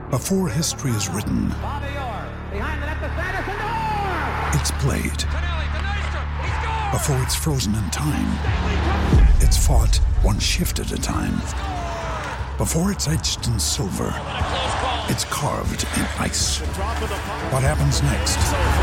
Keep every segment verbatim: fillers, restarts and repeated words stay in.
Before history is written, it's played. Before it's frozen in time, it's fought one shift at a time. Before it's etched in silver, it's carved in ice. What happens next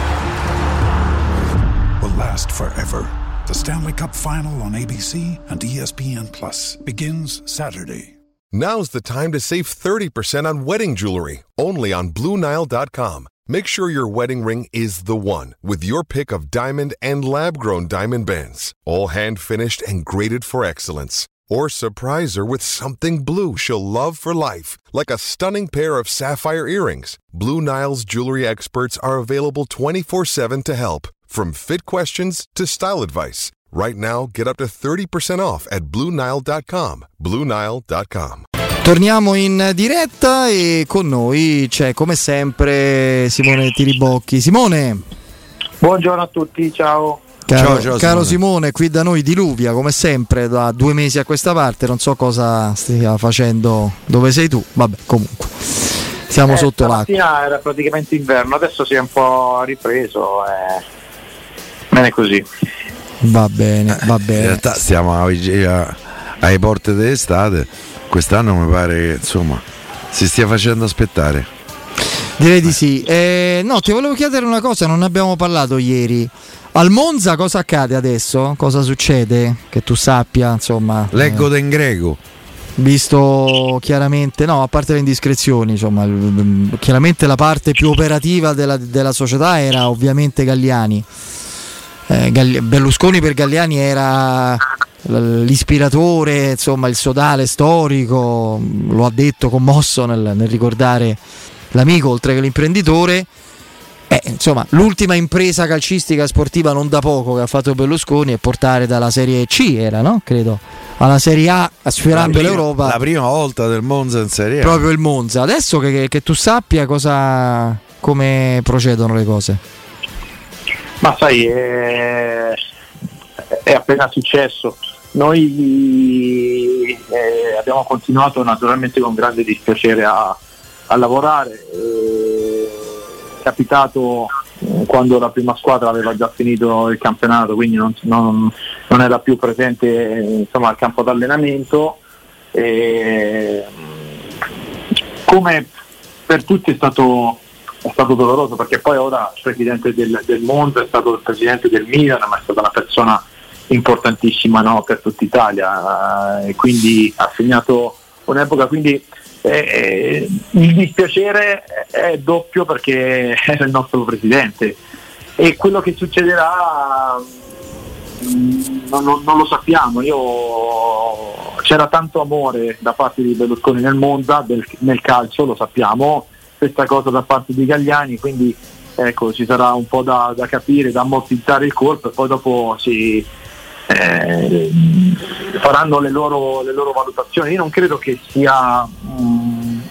will last forever. The Stanley Cup Final on A B C and E S P N Plus begins Saturday. Now's the time to save thirty percent on wedding jewelry, only on Blue Nile dot com. Make sure your wedding ring is the one, with your pick of diamond and lab-grown diamond bands, all hand-finished and graded for excellence. Or surprise her with something blue she'll love for life, like a stunning pair of sapphire earrings. Blue Nile's jewelry experts are available twenty-four seven to help, from fit questions to style advice. Right now, get up to thirty percent off at Blue Nile dot com. Blue Nile dot com. Torniamo in diretta e con noi c'è come sempre Simone Tiribocchi. Simone! Buongiorno a tutti, ciao! Caro, ciao, ciao, caro Simone. Simone, qui da noi diluvia come sempre da due mesi a questa parte, non so cosa stia facendo dove sei tu, vabbè comunque siamo eh, sotto l'acqua. Stamattina era praticamente inverno, adesso si è un po' ripreso, eh. bene così. Va bene, va bene. In realtà stiamo a, a, ai porte dell'estate, quest'anno mi pare che insomma si stia facendo aspettare. Direi di sì. Eh, no, ti volevo chiedere una cosa, non ne abbiamo parlato ieri. Al Monza cosa accade adesso? Cosa succede? Che tu sappia, insomma. Leggo eh, in greco. Visto chiaramente, no, a parte le indiscrezioni, insomma, l- chiaramente la parte più operativa della, della società era ovviamente Galliani. Eh, Galli- Berlusconi per Galliani era l'ispiratore, insomma, il sodale storico, lo ha detto commosso nel, nel ricordare l'amico oltre che l'imprenditore. Eh, insomma, l'ultima impresa calcistica sportiva non da poco che ha fatto Berlusconi è portare dalla Serie C, era, no? Credo, alla Serie A, sfiorando la prima, l'Europa. La prima volta del Monza in Serie A. Proprio il Monza. Adesso che, che, che tu sappia cosa, come procedono le cose. Ma sai, è, è appena successo. Noi eh, abbiamo continuato naturalmente con grande dispiacere a, a lavorare. Eh, è capitato quando la prima squadra aveva già finito il campionato, quindi non, non, non era più presente, insomma, al campo d'allenamento. E, come per tutti è stato, è stato doloroso, perché poi ora il presidente del, del Monza è stato il presidente del Milan, ma è stata una persona importantissima, no, per tutta Italia, e quindi ha segnato un'epoca, quindi eh, il dispiacere è doppio perché era il nostro presidente, e quello che succederà mh, non, non, non lo sappiamo. Io, c'era tanto amore da parte di Berlusconi nel Monza, del, nel calcio, lo sappiamo, questa cosa da parte di Galliani, quindi ecco, ci sarà un po' da, da capire, da ammortizzare il colpo, e poi dopo si Eh, faranno le loro, le loro valutazioni. Io non credo che sia um,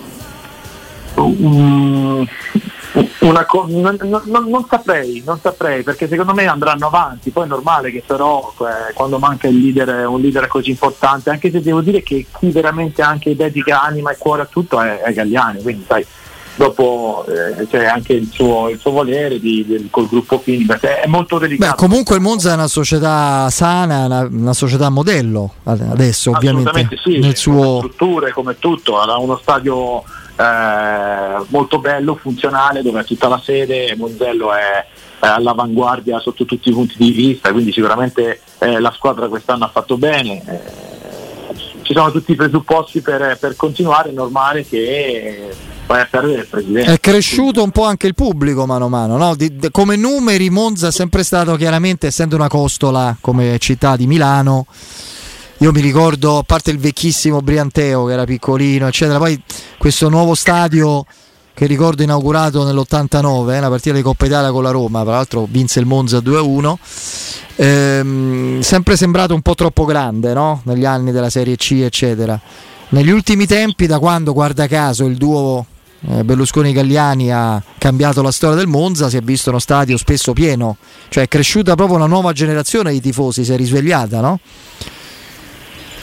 um, una co- non, non, non saprei non saprei perché secondo me andranno avanti. Poi è normale che però eh, quando manca il leader, un leader così importante, anche se devo dire che chi veramente anche dedica anima e cuore a tutto è, è Galliani, quindi sai, dopo eh, c'è anche il suo, il suo volere di, di, col gruppo Fini, perché è molto delicato. Beh, comunque il Monza è una società sana, una, una società modello adesso, ovviamente sì, nel suo strutture, come tutto, ha uno stadio eh, molto bello, funzionale, dove ha tutta la sede. Monzello è, è all'avanguardia sotto tutti i punti di vista, quindi sicuramente eh, la squadra quest'anno ha fatto bene. Eh, ci sono tutti i presupposti per, per continuare. È normale che vai a perdere il presidente. È cresciuto un po' anche il pubblico mano a mano, no? Di, di, come numeri Monza è sempre stato, chiaramente, essendo una costola come città di Milano. Io mi ricordo, a parte il vecchissimo Brianteo che era piccolino eccetera, poi questo nuovo stadio che ricordo inaugurato nell'ottantanove, eh, una partita di Coppa Italia con la Roma, tra l'altro vinse il Monza due a uno, ehm, sempre sembrato un po' troppo grande, no? Negli anni della Serie C eccetera. Negli ultimi tempi, da quando, guarda caso, il duo eh, Berlusconi-Galliani ha cambiato la storia del Monza, si è visto uno stadio spesso pieno, cioè è cresciuta proprio una nuova generazione di tifosi, si è risvegliata, no?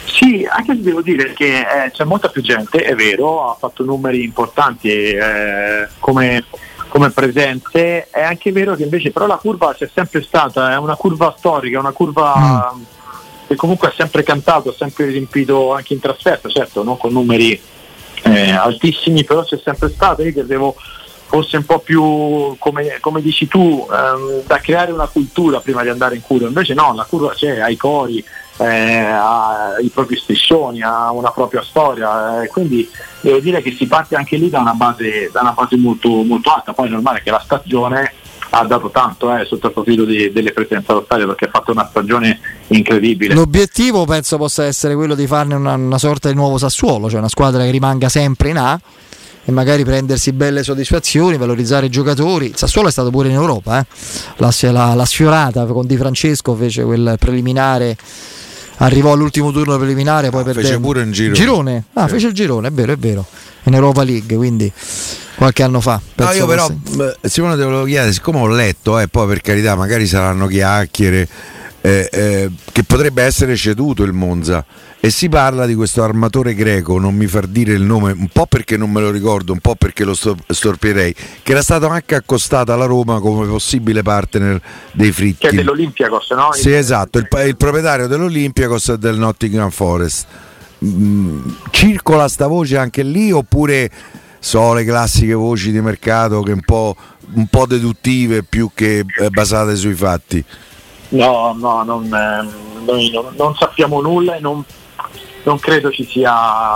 Sì, anche se devo dire che eh, c'è molta più gente, è vero, ha fatto numeri importanti eh, come, come presenze, è anche vero che invece però la curva c'è sempre stata, è una curva storica, una curva mm. che comunque ha sempre cantato, ha sempre riempito anche in trasferta, certo, non con numeri eh, altissimi, però c'è sempre stata. Io credevo fosse un po' più, come, come dici tu, ehm, da creare una cultura prima di andare in curva, invece no, la curva c'è, ha i cori, eh, ha i propri striscioni, ha una propria storia, eh, quindi devo dire che si parte anche lì da una base, da una base molto, molto alta. Poi è normale che la stagione ha dato tanto eh, sotto il profilo di, delle presenze allo stadio, perché ha fatto una stagione incredibile. L'obiettivo penso possa essere quello di farne una, una sorta di nuovo Sassuolo, cioè una squadra che rimanga sempre in A e magari prendersi belle soddisfazioni, valorizzare i giocatori. Il Sassuolo è stato pure in Europa, eh. la, la, la sfiorata con Di Francesco, fece quel preliminare, arrivò all'ultimo turno preliminare, poi ah, perdette. Fece pure in girone. girone? Ah, sì. Fece il girone, è vero, è vero, in Europa League, quindi qualche anno fa. No, io però, fosse... Simone, te lo chiedere, siccome ho letto, eh, poi per carità, magari saranno chiacchiere, eh, eh, che potrebbe essere ceduto il Monza, e si parla di questo armatore greco, non mi far dire il nome, un po' perché non me lo ricordo, un po' perché lo storpierei, che era stato anche accostato alla Roma come possibile partner dei Fritti. Che è dell'Olympiakos, no? Sì, esatto, il, il proprietario dell'Olympiakos e del Nottingham Forest. Mm, circola sta voce anche lì, oppure so le classiche voci di mercato che un po', un po' deduttive più che eh, basate sui fatti? No, no, non, eh, noi non, non sappiamo nulla e non, non credo ci sia,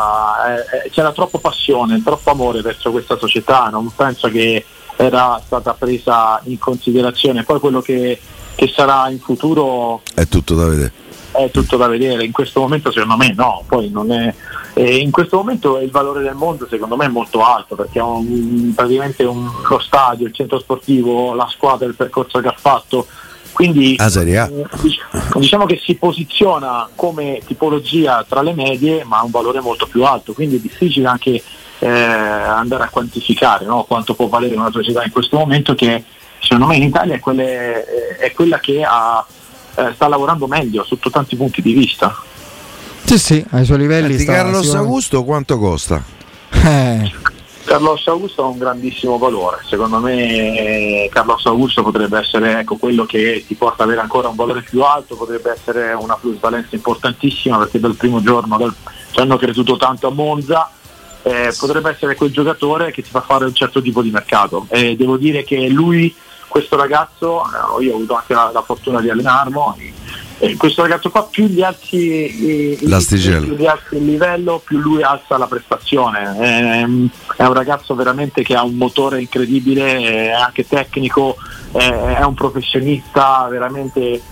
eh, c'era troppo passione, troppo amore verso questa società, non penso che era stata presa in considerazione. Poi quello che, che sarà in futuro è tutto da vedere. È tutto da vedere, in questo momento secondo me no, poi non è, eh, in questo momento il valore del mondo secondo me è molto alto, perché è un, praticamente un, lo stadio, il centro sportivo, la squadra, il percorso che ha fatto, quindi ah, eh, diciamo che si posiziona come tipologia tra le medie, ma ha un valore molto più alto, quindi è difficile anche eh, andare a quantificare, no, quanto può valere una società in questo momento, che secondo me in Italia è, quelle, è quella che ha Eh, sta lavorando meglio sotto tanti punti di vista. Sì, sì, ai suoi livelli. Di Carlos Augusto quanto costa? Eh. Carlos Augusto ha un grandissimo valore, secondo me Carlos Augusto potrebbe essere, ecco, quello che ti porta ad avere ancora un valore più alto, potrebbe essere una plusvalenza importantissima, perché dal primo giorno dal, ci hanno creduto tanto a Monza, eh, potrebbe essere quel giocatore che ti fa fare un certo tipo di mercato, e eh, devo dire che lui, questo ragazzo, io ho avuto anche la, la fortuna di allenarlo, eh, questo ragazzo qua più gli alzi, più gli alzi il livello, più lui alza la prestazione. Eh, è un ragazzo veramente che ha un motore incredibile, è anche tecnico, eh, è un professionista veramente,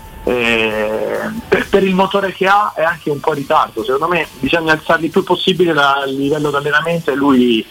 eh, per, per il motore che ha è anche un po' in ritardo. Secondo me bisogna alzarli il più possibile il livello di allenamento, e lui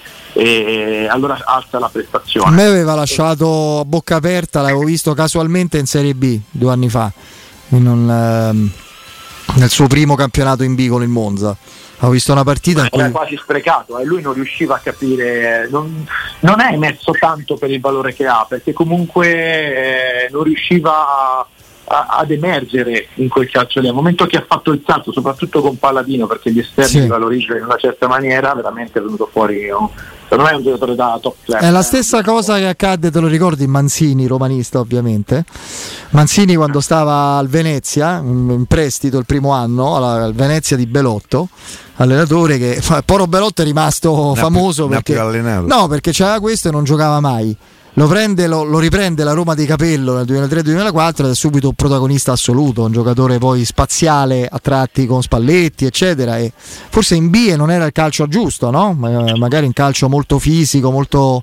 e allora alza la prestazione. A me aveva lasciato a bocca aperta, l'avevo visto casualmente in Serie B due anni fa, in un, ehm, nel suo primo campionato in B con il Monza. Ho visto una partita in cui era quasi sprecato, e eh, lui non riusciva a capire, non, non è emerso tanto per il valore che ha, perché comunque eh, non riusciva a ad emergere in quel calcio lì. Al momento che ha fatto il salto, soprattutto con Palladino, perché gli esterni sì. li valorizza in una certa maniera, veramente è venuto fuori, no? Per me è un giocatore da top class. È la stessa cosa che accadde, te lo ricordi, Manzini, romanista ovviamente. Manzini quando stava al Venezia in prestito il primo anno al Venezia di Belotto, allenatore che Poro Belotto è rimasto non famoso più, perché non no, perché c'era questo e non giocava mai. Lo prende, lo, lo riprende la Roma di Capello nel duemilatré duemilaquattro ed è subito un protagonista assoluto, un giocatore poi spaziale a tratti con Spalletti eccetera, e forse in B non era il calcio giusto, no? Magari un calcio molto fisico, molto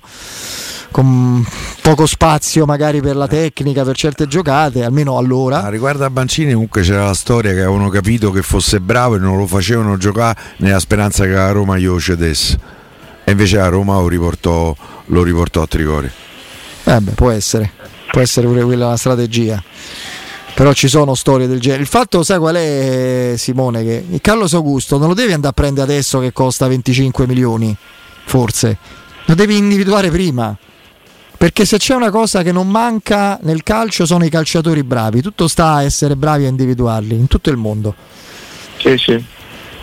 con poco spazio magari per la tecnica, per certe giocate, almeno allora. Ah, riguardo a Mancini comunque c'era la storia che avevano capito che fosse bravo e non lo facevano giocare nella speranza che la Roma glielo cedesse, e invece la Roma lo riportò, lo riportò a Trigoria. Eh beh, può essere, può essere pure quella la strategia, però ci sono storie del genere. Il fatto, sai qual è, Simone, che il Carlos Augusto non lo devi andare a prendere adesso che costa venticinque milioni, forse lo devi individuare prima, perché se c'è una cosa che non manca nel calcio sono i calciatori bravi, tutto sta a essere bravi a individuarli in tutto il mondo. Sì, sì.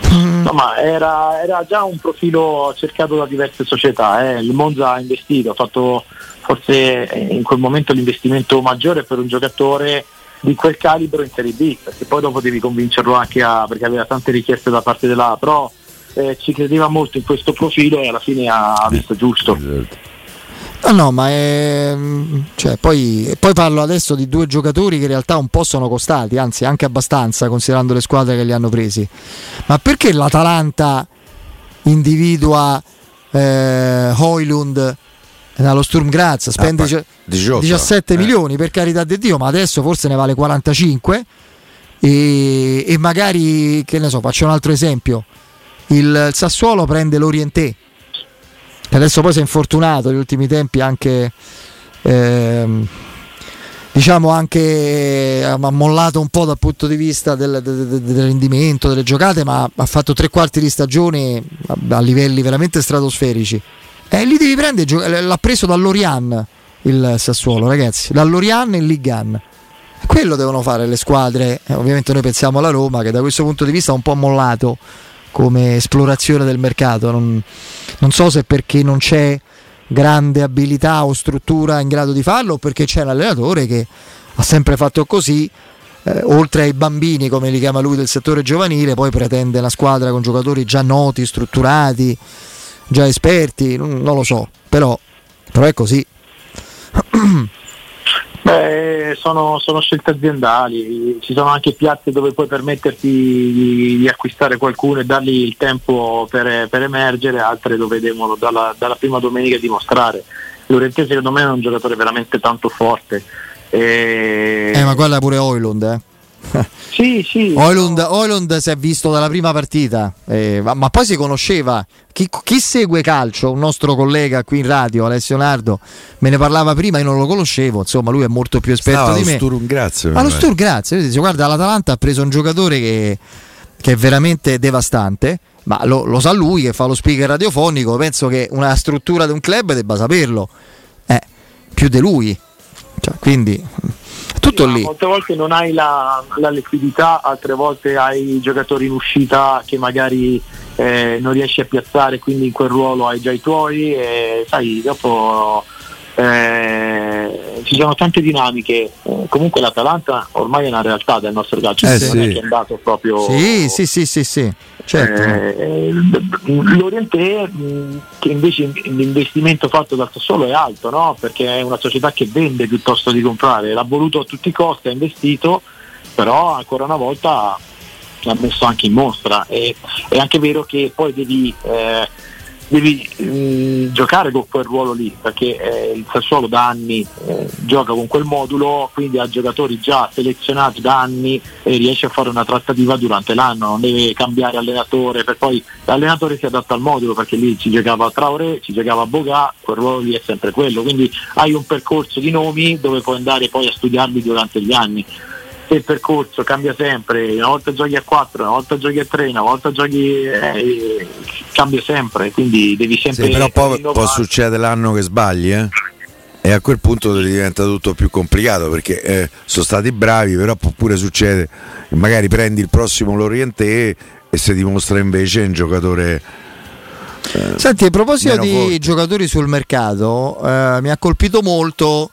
No, ma era, era già un profilo cercato da diverse società, eh. Il Monza ha investito, ha fatto forse in quel momento l'investimento maggiore per un giocatore di quel calibro in Serie B, perché poi dopo devi convincerlo anche a, perché aveva tante richieste da parte della A, però eh, ci credeva molto in questo profilo e alla fine ha visto giusto. No, no, ma è, cioè, poi, poi parlo adesso di due giocatori che in realtà un po' sono costati, anzi anche abbastanza considerando le squadre che li hanno presi. Ma perché l'Atalanta individua eh, Højlund dallo Sturm Graz, spende ah, diciotto, diciassette eh. milioni, per carità di Dio, ma adesso forse ne vale quarantacinque e, e magari, che ne so, faccio un altro esempio, il Sassuolo prende l'Orienté, che adesso poi si è infortunato negli ultimi tempi, anche ehm, diciamo anche ha mollato un po' dal punto di vista del, del, del, del rendimento delle giocate, ma ha fatto tre quarti di stagione a, a livelli veramente stratosferici. E lì devi prendere, l'ha preso dall'Orient il Sassuolo, ragazzi, dall'Orient in Ligue uno. Quello devono fare le squadre, eh, ovviamente noi pensiamo alla Roma, che da questo punto di vista ha un po' mollato come esplorazione del mercato. Non, non so se perché non c'è grande abilità o struttura in grado di farlo, o perché c'è un allenatore che ha sempre fatto così, eh, oltre ai bambini, come li chiama lui, del settore giovanile, poi pretende una squadra con giocatori già noti, strutturati, già esperti, non, non lo so, però, però è così. Beh, sono, sono scelte aziendali, ci sono anche piazze dove puoi permetterti di, di acquistare qualcuno e dargli il tempo per, per emergere, altre dove devono dalla, dalla prima domenica dimostrare. L'Orientese secondo me è un giocatore veramente tanto forte. E... Eh, ma guarda pure Højlund, eh. Sì, sì. Højlund, Højlund si è visto dalla prima partita, eh, ma, ma poi si conosceva. Chi, chi segue calcio, un nostro collega qui in radio, Alessio Nardo, me ne parlava prima, io non lo conoscevo, insomma lui è molto più esperto Stava di me. Sturm, grazie. Allo Sturm, grazie. Dice, guarda, l'Atalanta ha preso un giocatore che, che è veramente devastante, ma lo, lo sa lui che fa lo speaker radiofonico, penso che una struttura di un club debba saperlo, eh, più di lui, cioè, quindi... tutto sì, lì. Molte volte non hai la, la liquidità, altre volte hai giocatori in uscita che magari eh, non riesci a piazzare, quindi in quel ruolo hai già i tuoi e sai, dopo eh, ci sono tante dinamiche. Eh, comunque l'Atalanta ormai è una realtà del nostro calcio, eh, non sì. è che è andato proprio. Sì, sì, sì, sì, sì. Certo. Eh, L'Orienté, che invece l'investimento fatto dal Sassuolo è alto, no? Perché è una società che vende piuttosto di comprare, l'ha voluto a tutti i costi, ha investito, però ancora una volta l'ha messo anche in mostra. E, è anche vero che poi devi eh, devi mh, giocare con quel ruolo lì, perché eh, il Sassuolo da anni eh, gioca con quel modulo, quindi ha giocatori già selezionati da anni e riesce a fare una trattativa durante l'anno, non deve cambiare allenatore, per poi l'allenatore si adatta al modulo, perché lì ci giocava Traoré, ci giocava Boga, quel ruolo lì è sempre quello, quindi hai un percorso di nomi dove puoi andare poi a studiarli durante gli anni. Se il percorso cambia sempre, una volta giochi a quattro, una volta giochi a tre, una volta giochi eh, cambia sempre, quindi devi sempre sì, però poi rinnovare. Può succedere l'anno che sbagli, eh? E a quel punto diventa tutto più complicato, perché eh, sono stati bravi, però può pure succedere che magari prendi il prossimo Lorientè e si dimostra invece un giocatore eh, Senti, a proposito di forte. giocatori sul mercato, eh, mi ha colpito molto,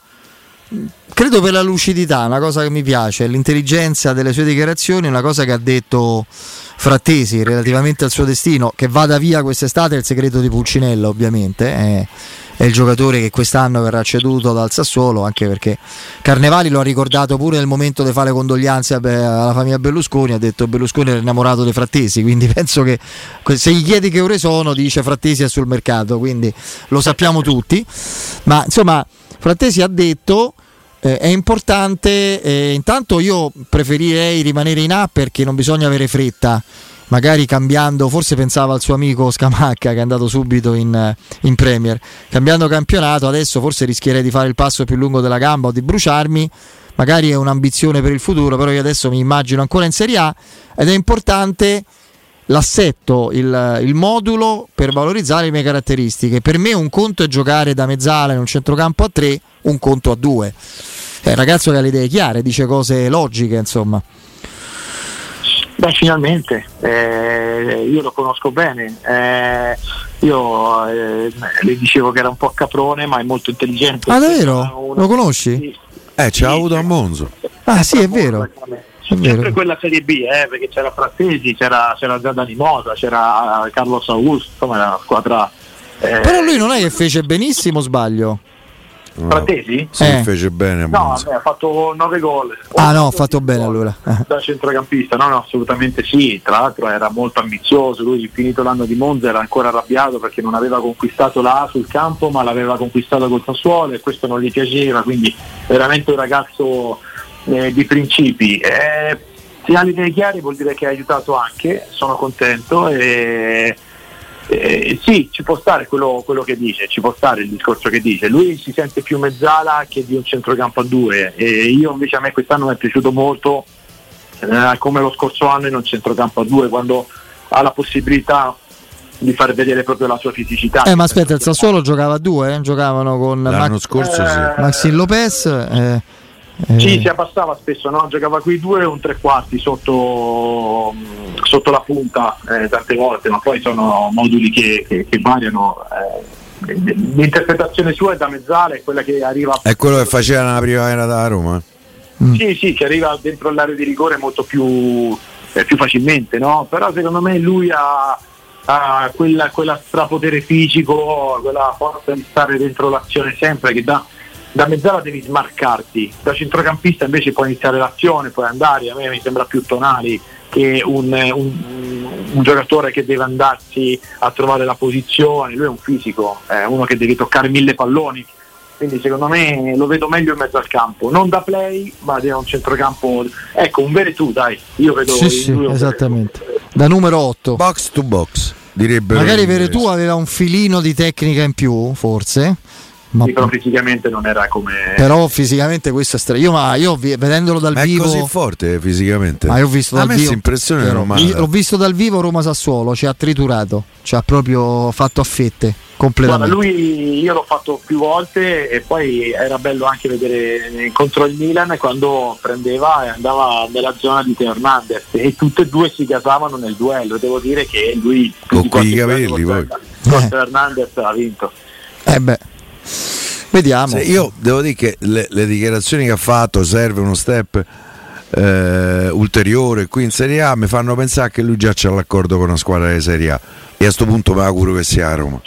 credo per la lucidità, una cosa che mi piace, l'intelligenza delle sue dichiarazioni, una cosa che ha detto Frattesi relativamente al suo destino, che vada via quest'estate è il segreto di Pulcinella, ovviamente, è, è il giocatore che quest'anno verrà ceduto dal Sassuolo, anche perché Carnevali lo ha ricordato pure nel momento di fare le condoglianze alla famiglia Berlusconi, ha detto Berlusconi era innamorato dei Frattesi, quindi penso che se gli chiedi che ore sono dice Frattesi è sul mercato, quindi lo sappiamo tutti, ma insomma Frattesi ha detto eh, è importante, eh, intanto io preferirei rimanere in A perché non bisogna avere fretta, magari cambiando, forse pensava al suo amico Scamacca che è andato subito in, in Premier, cambiando campionato adesso forse rischierei di fare il passo più lungo della gamba o di bruciarmi, magari è un'ambizione per il futuro, però io adesso mi immagino ancora in Serie A ed è importante l'assetto, il, il modulo per valorizzare le mie caratteristiche. Per me un conto è giocare da mezzala in un centrocampo a tre, un conto a due. È un ragazzo che ha le idee chiare, dice cose logiche, insomma. Beh, finalmente, eh, io lo conosco bene, eh, io eh, le dicevo che era un po' caprone ma è molto intelligente. Ah, davvero? Uno... Lo conosci? Sì. Eh, ce l'ha sì, avuto a Monzo. Ah sì, è vero. Sempre vero. Quella Serie B, eh, perché c'era Frattesi, c'era, c'era Giada Limosa, c'era Carlos Augusto, insomma era una squadra... Eh... Però lui non è che fece benissimo, sbaglio? No. Frattesi? Sì, eh. fece bene a no, Monza. vabbè, ha fatto nove gol. Ah no, ha fatto bene allora. Da centrocampista, no, no, assolutamente sì. Tra l'altro era molto ambizioso. Lui, finito l'anno di Monza, era ancora arrabbiato perché non aveva conquistato la A sul campo, ma l'aveva conquistato col Sassuolo e questo non gli piaceva. Quindi, veramente un ragazzo eh, di principi. Eh, se ha le idee chiare, vuol dire che ha aiutato anche. Sono contento e. Eh, sì, ci può stare quello, quello che dice, ci può stare il discorso che dice. Lui si sente più mezzala che di un centrocampo a due e io invece a me quest'anno mi è piaciuto molto eh, come lo scorso anno in un centrocampo a due, quando ha la possibilità di far vedere proprio la sua fisicità. Eh ma aspetta, il Sassuolo giocava a due, eh? Giocavano con l'anno Max, scorso eh, sì. Maxi Lopez eh. Eh. Sì, si abbassava spesso, no? Giocava qui due o un tre quarti sotto, sotto la punta eh, tante volte, ma poi sono moduli che, che, che variano. Eh, l'interpretazione sua è da mezzala, è quella che arriva. È quello che faceva nella primavera da Roma. Mm. Sì, sì, che arriva dentro l'area di rigore molto più, eh, più facilmente, no? Però secondo me lui ha, ha quella, quella strapotere fisico, quella forza di stare dentro l'azione sempre che dà. Da mezzala devi smarcarti, da centrocampista invece puoi iniziare l'azione, puoi andare, a me mi sembra più Tonali che un, un, un giocatore che deve andarsi a trovare la posizione, lui è un fisico, è uno che deve toccare mille palloni, quindi secondo me lo vedo meglio in mezzo al campo, non da play ma da un centrocampo, ecco un Veretù dai, io vedo sì, sì, esattamente, da numero otto. Box to box, direbbe. Magari Veretù aveva un filino di tecnica in più, forse. Ma sì, però fisicamente non era come. Però fisicamente questo è stra... io, ma io vedendolo dal ma vivo. È così forte fisicamente. Ma io ho visto dal a me vivo. Impressione però, normale. L'ho visto dal vivo Roma Sassuolo, ci ha triturato, ci ha proprio fatto a fette completamente. Guarda, lui io l'ho fatto più volte e poi era bello anche vedere contro il Milan quando prendeva e andava nella zona di Teo Hernandez e tutte e due si gasavano nel duello. Devo dire che lui con quei capelli poi. Con Teo Hernandez ha vinto. Eh beh. Vediamo. Se io devo dire che le, le dichiarazioni che ha fatto, serve uno step eh, ulteriore qui in Serie A, mi fanno pensare che lui già c'ha l'accordo con una squadra di Serie A e a sto punto mi auguro che sia a Roma.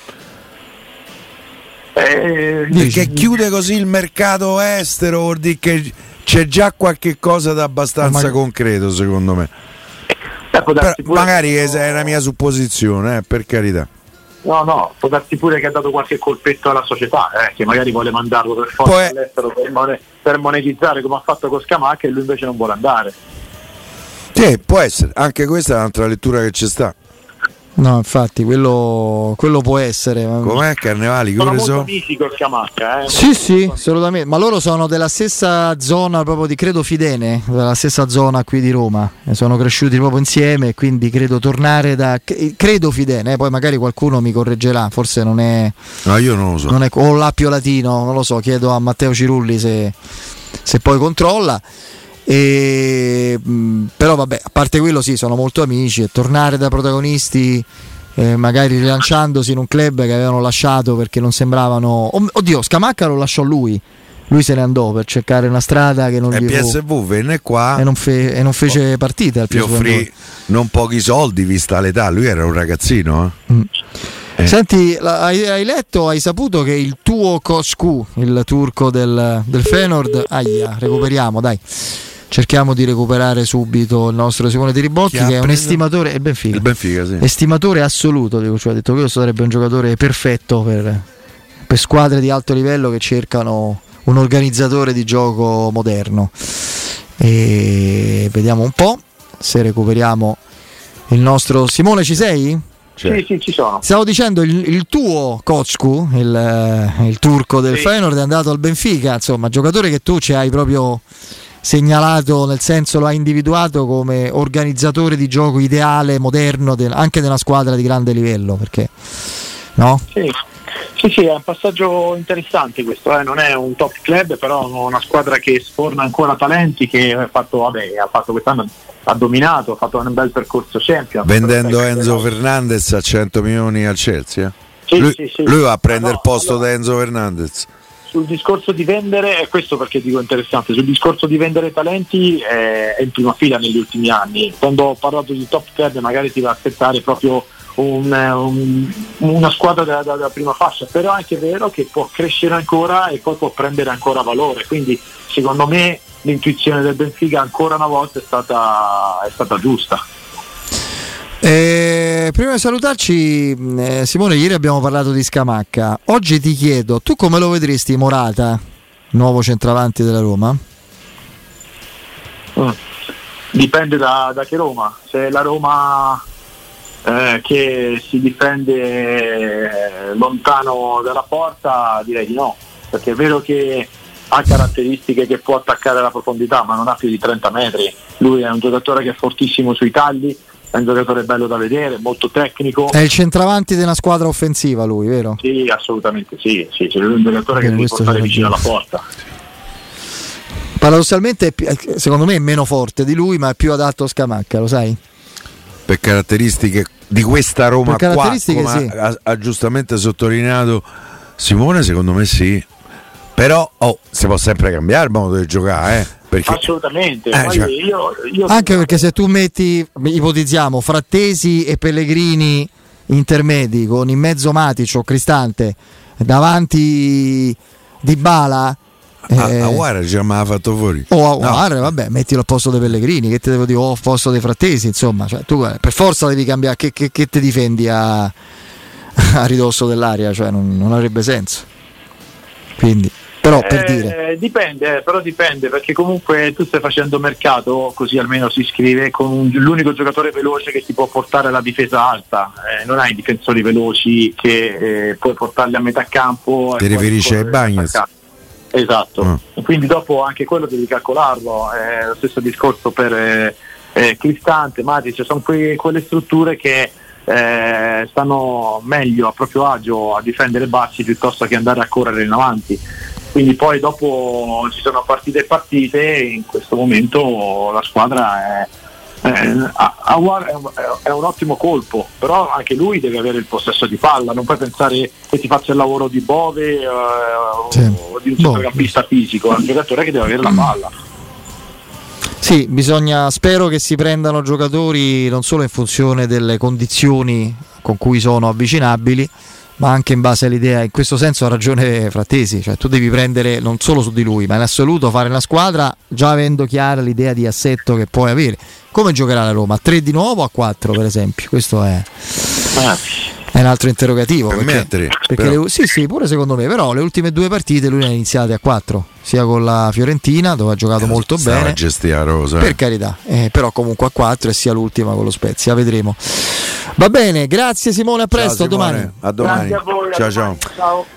Eh, perché dici, chiude così il mercato estero, vuol dire che c'è già qualche cosa da abbastanza ma... concreto secondo me. Eh, Però, magari che è la mia supposizione, eh, per carità. No, no, può darsi pure che ha dato qualche colpetto alla società, eh, che magari vuole mandarlo per forza Poi... all'estero per, mon- per monetizzare come ha fatto con Scamacca e lui invece non vuole andare. Sì, può essere, anche questa è un'altra lettura che ci sta. No, infatti, quello, quello può essere. Com'è Carnevali? Sono molto amici con Scamacca, eh? Sì, sì, assolutamente. Ma loro sono della stessa zona proprio di credo Fidene, della stessa zona qui di Roma. Sono cresciuti proprio insieme, quindi credo tornare da credo Fidene, eh? Poi magari qualcuno mi correggerà, forse non è. No, io non lo so. Non è, o l'Appio Latino, non lo so, chiedo a Matteo Cirulli se, se poi controlla. E, mh, però vabbè, a parte quello sì, sono molto amici e tornare da protagonisti eh, magari rilanciandosi in un club che avevano lasciato perché non sembravano oh, oddio, Scamacca lo lasciò lui lui se ne andò per cercare una strada che non e gli P S V venne qua e non, fe- e non fece oh, partita al gli offrì non pochi soldi vista l'età, lui era un ragazzino eh. Mm. Eh. Senti, hai, hai letto, hai saputo che il tuo Koçku, il turco del, del Feyenoord, aia, recuperiamo dai cerchiamo di recuperare subito il nostro Simone Tiribocchi che è un estimatore, il Benfica, il Benfica sì. estimatore assoluto, dico, cioè, ha detto che questo sarebbe un giocatore perfetto per, per squadre di alto livello che cercano un organizzatore di gioco moderno. E vediamo un po' se recuperiamo il nostro Simone, ci sei? Cioè. Sì, sì, ci sono. Stavo dicendo il, il tuo Koçku, il, il turco del sì. Feyenoord, è andato al Benfica, insomma, giocatore che tu ci hai proprio segnalato, nel senso lo ha individuato come organizzatore di gioco ideale, moderno, de, anche di una squadra di grande livello, perché no? Sì, sì, sì, è un passaggio interessante questo, eh. Non è un top club, però una squadra che sforna ancora talenti, che ha fatto, vabbè, ha fatto quest'anno ha dominato, ha fatto un bel percorso Champions. Vendendo Enzo Fernandez a cento milioni al Chelsea, eh? Sì, lui, sì, sì. lui va a prendere no, il posto allora, da Enzo Fernandez. Sul discorso di vendere, è questo perché dico interessante, sul discorso di vendere talenti è, è in prima fila negli ultimi anni. Quando ho parlato di top ten magari ti va a aspettare proprio un, un, una squadra della, della prima fascia, però è anche vero che può crescere ancora e poi può prendere ancora valore, quindi secondo me l'intuizione del Benfica ancora una volta è stata, è stata giusta. Eh, prima di salutarci, eh, Simone, ieri abbiamo parlato di Scamacca. Oggi ti chiedo, tu come lo vedresti Morata, nuovo centravanti della Roma? Mm. Dipende da, da che Roma. Se la Roma eh, che si difende lontano dalla porta, direi di no, perché è vero che ha caratteristiche che può attaccare alla profondità, ma non ha più di trenta metri. Lui è un giocatore che è fortissimo sui tagli, è un giocatore bello da vedere, molto tecnico. È il centravanti di una squadra offensiva lui, vero? Sì, assolutamente sì, sì, è un giocatore che deve portare vicino alla porta. Paradossalmente secondo me è meno forte di lui, ma è più adatto a Scamacca, lo sai? Per caratteristiche di questa Roma per qua, come sì. ha, ha giustamente sottolineato Simone, secondo me sì. Però oh, si può sempre cambiare il modo di giocare, eh? Perché, assolutamente, eh, cioè, io, io anche perché se tu metti, ipotizziamo, Frattesi e Pellegrini intermedi con in mezzo Matic o Cristante, davanti Dybala, a, eh, a Guarda ci ha fatto fuori o a no. Guarda, vabbè, mettilo al posto dei Pellegrini, che te devo dire, o al posto dei Frattesi, insomma, cioè, tu per forza devi cambiare, che, che, che ti difendi a, a ridosso dell'area, cioè non, non avrebbe senso. Quindi però per eh, dire dipende, eh, però dipende, perché comunque tu stai facendo mercato, così almeno si scrive, con un, l'unico giocatore veloce che ti può portare alla difesa alta, eh, non hai difensori veloci che eh, puoi portarli a metà campo. Ti riferisci ai Bagnets? Esatto, oh. E quindi dopo anche quello devi calcolarlo, è lo stesso discorso per eh, eh, Cristante, Matic, sono que- quelle strutture che Eh, stanno meglio a proprio agio a difendere bassi piuttosto che andare a correre in avanti, quindi poi dopo ci sono partite e partite, e in questo momento la squadra è, è, è, un, è un ottimo colpo, però anche lui deve avere il possesso di palla, non puoi pensare che ti faccia il lavoro di Bove eh, sì. o di un centrocampista fisico, è un giocatore che deve avere la palla. Sì, bisogna, spero che si prendano giocatori non solo in funzione delle condizioni con cui sono avvicinabili, ma anche in base all'idea. In questo senso ha ragione Frattesi, cioè tu devi prendere non solo su di lui, ma in assoluto fare una squadra già avendo chiara l'idea di assetto che puoi avere. Come giocherà la Roma? A tre di nuovo o a quattro per esempio? Questo è... Ah. È un altro interrogativo, per perché, me a tre, perché le, sì sì pure secondo me, però le ultime due partite lui ne ha iniziate a quattro, sia con la Fiorentina dove ha giocato eh, molto bene, a Rosa, per carità, eh, però comunque a quattro, e sia l'ultima con lo Spezia, vedremo. Va bene, grazie Simone, a presto, ciao, Simone. a domani. A domani. Grazie a voi, ciao a domani. ciao. Ciao.